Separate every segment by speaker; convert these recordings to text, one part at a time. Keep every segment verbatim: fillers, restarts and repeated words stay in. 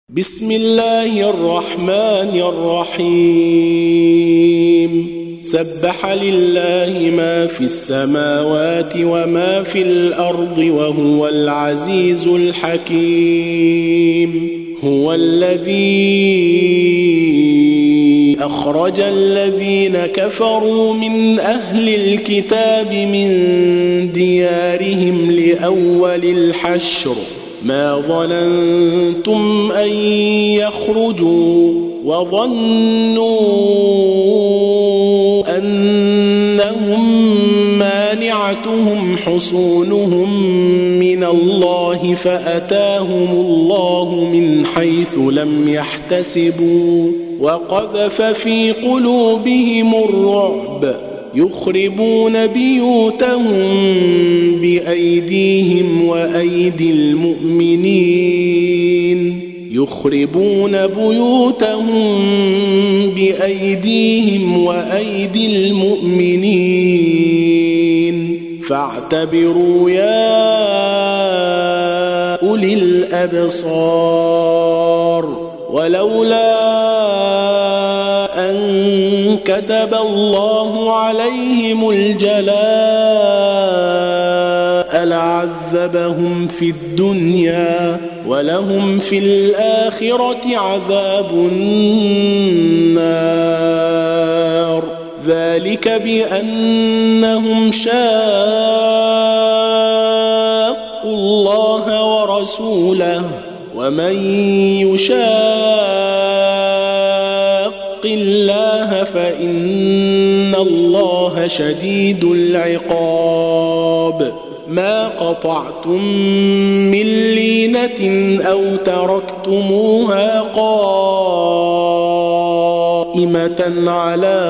Speaker 1: بسم الله الرحمن الرحيم سبح لله ما في السماوات وما في الأرض وهو العزيز الحكيم هو الذي أخرج الذين كفروا من أهل الكتاب من ديارهم لأول الحشر ما ظننتم أن يخرجوا وظنوا أنهم مانعتهم حصونهم من الله فأتاهم الله من حيث لم يحتسبوا وقذف في قلوبهم الرعب يخربون بيوتهم بأيديهم وأيدي المؤمنين يخربون بيوتهم بأيديهم وأيدي المؤمنين فاعتبروا يا أولي الأبصار ولولا أن كتب الله عليهم الجلاء لعذبهم في الدنيا ولهم في الآخرة عذاب النار ذلك بأنهم شاقوا الله ورسوله ومن يشاق الله فإن الله شديد العقاب ما قطعتم من لينة أو تركتموها قائمة على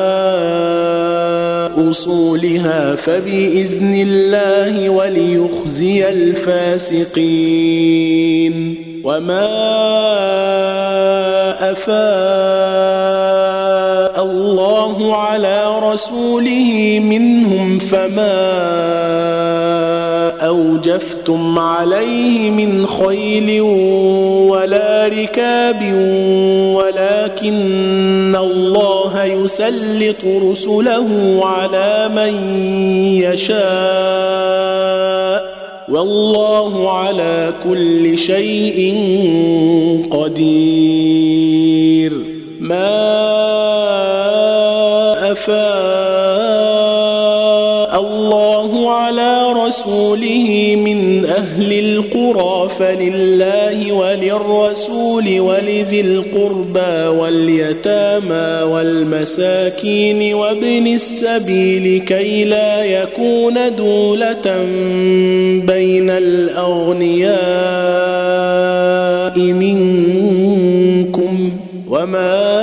Speaker 1: أصولها فبإذن الله وليخزي الفاسقين وما أفاء الله على رسوله منهم فما أوجفتم عليه من خيل ولا ركاب ولكن الله يسلط رسله على من يشاء والله على كل شيء قدير ما أفاء الله على رسوله من أهل القرى فلله وللرسول ولذي القربى واليتامى والمساكين وابن السبيل كي لا يكون دولة بين الأغنياء منكم وما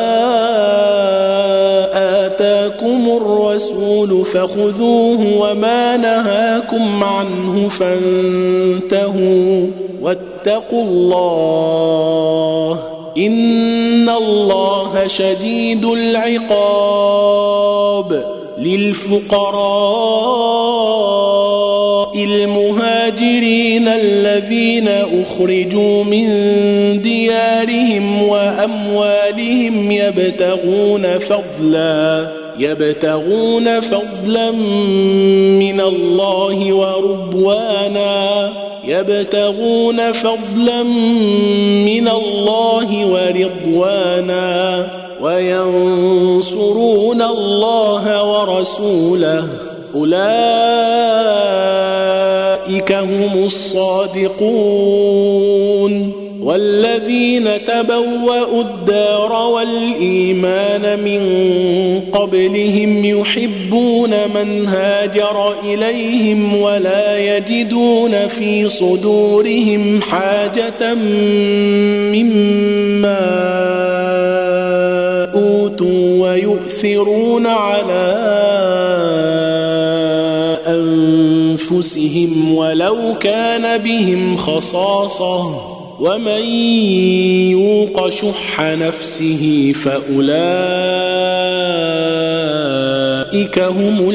Speaker 1: آتاكم الرسول فخذوه وما نهاكم عنه فانتهوا واتقوا الله إن الله شديد العقاب للفقراء المهاجرين الذين أخرجوا من ديارهم وأموالهم يبتغون فضلا يبتغون فضلا من الله ورضوانا يبتغون فضلا من الله ورضوانا وينصرون الله ورسوله أولئك هم الصادقون والذين تبوأوا الدار والإيمان من قبلهم يحبون من هاجر إليهم ولا يجدون في صدورهم حاجة مما أوتوا ويؤثرون على أنفسهم ولو كان بهم خصاصة ومن يوق شح نفسه فأولئك هم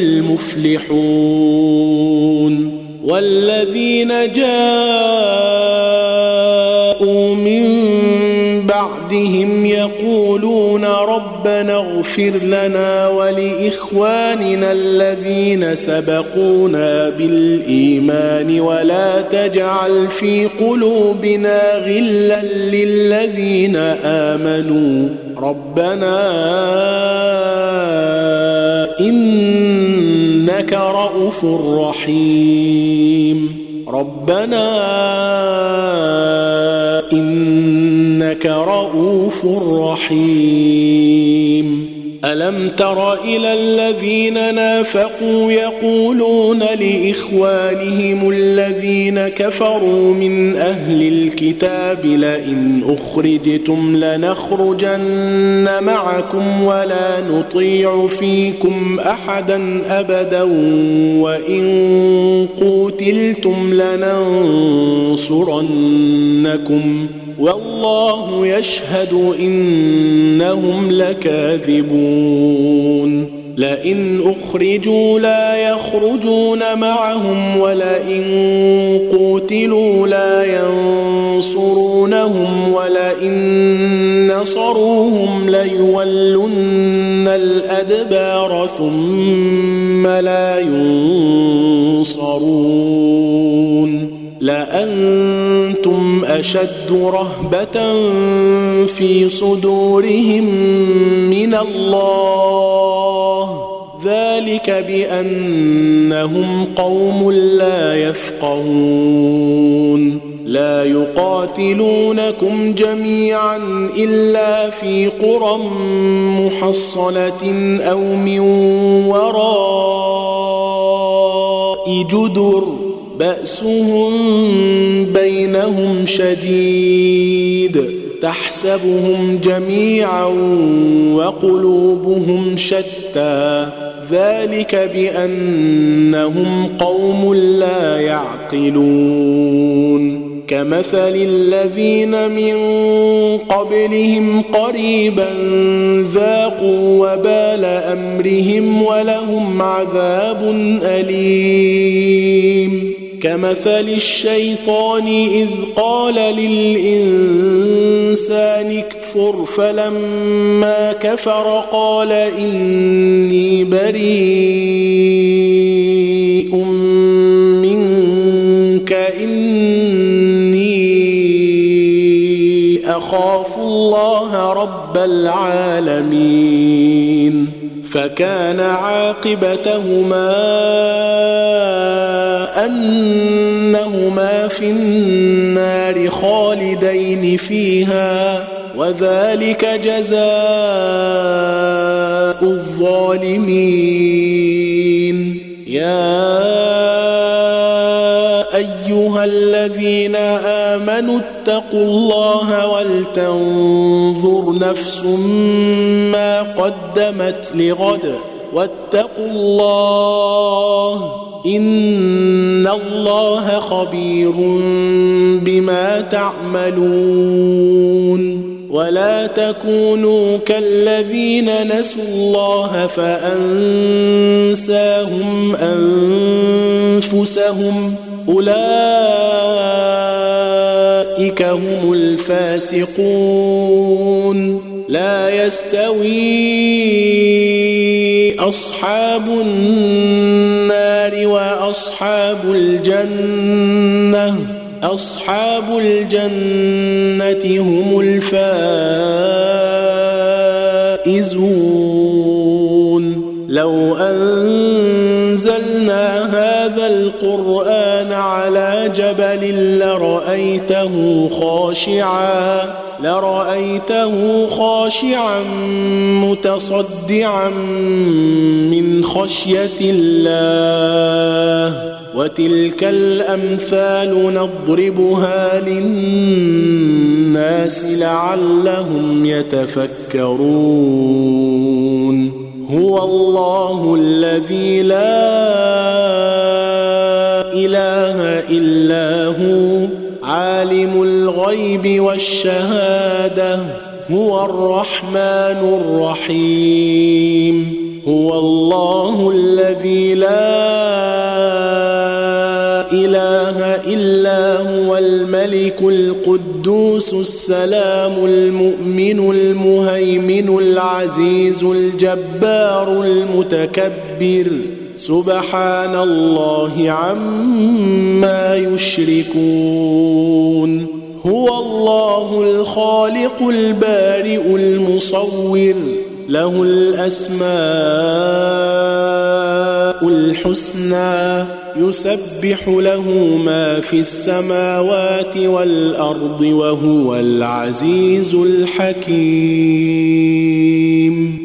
Speaker 1: المفلحون والذين جاءوا من بعدهم يقولون ربنا اغفر لنا ولإخواننا الذين سبقونا بالإيمان ولا تجعل في قلوبنا غلا للذين آمنوا ربنا إنك رؤوف رحيم ربنا إنك رؤوف رحيم ألم تر إلى الذين نافقوا يقولون لإخوانهم الذين كفروا من أهل الكتاب لئن أخرجتم لنخرجن معكم ولا نطيع فيكم أحدا أبدا وإن قوتلتم لننصرنكم والله يشهد إنهم لكاذبون لئن أخرجوا لا يخرجون معهم ولئن قوتلوا لا ينصرونهم ولئن نصروهم ليولن الأدبار ثم لا ينصرون لأنتم أشد رهبة في صدورهم من الله ذلك بأنهم قوم لا يفقهون لا يقاتلونكم جميعا إلا في قرى محصنة أو من وراء جدر بأسهم بينهم شديد تحسبهم جميعا وقلوبهم شتى ذلك بأنهم قوم لا يعقلون كمثل الذين من قبلهم قريبا ذاقوا وبال أمرهم ولهم عذاب أليم كمثل الشيطان إذ قال للإنسان اكفر فلما كفر قال إني بريء منك إني أخاف الله رب العالمين فكان عاقبتهما أنهما في النار خالدين فيها وذلك جزاء الظالمين يا أيها الذين آمنوا اتقوا الله ولتنظر نفس ما قدمت لغد واتقوا الله إن الله خبير بما تعملون ولا تكونوا كالذين نسوا الله فأنساهم أنفسهم أولئك هم الفاسقون لا يستوي أصحاب النار وأصحاب الجنة أصحاب الجنة هم الفائزون لو أنزلنا هذا القرآن على جبل لرأيته خاشعا لرأيته خاشعا متصدعا من خشية الله وتلك الأمثال نضربها للناس لعلهم يتفكرون هو الله الذي لا إله إلا هو عالم الغيب والشهادة هو الرحمن الرحيم هو الله الذي لا إله إلا هو الملك الملك القدوس السلام المؤمن المهيمن العزيز الجبار المتكبر سبحان الله عما يشركون هو الله الخالق البارئ المصور له الأسماء الحسنى يسبح له ما في السماوات والأرض وهو العزيز الحكيم.